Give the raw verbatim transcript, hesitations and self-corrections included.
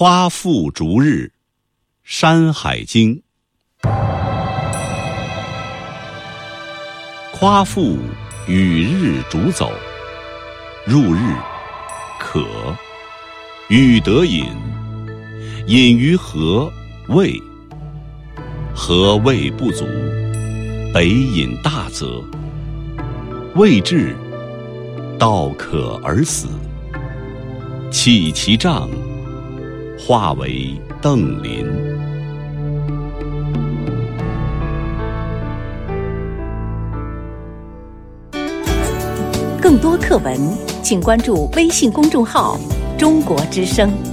夸父逐日，山海经。夸父与日逐走，入日可，与得饮，饮于河渭。河渭不足，北饮大泽。未至，道可而死。弃其杖，化为邓林。 更多课文，请关注微信公众号“中国之声”。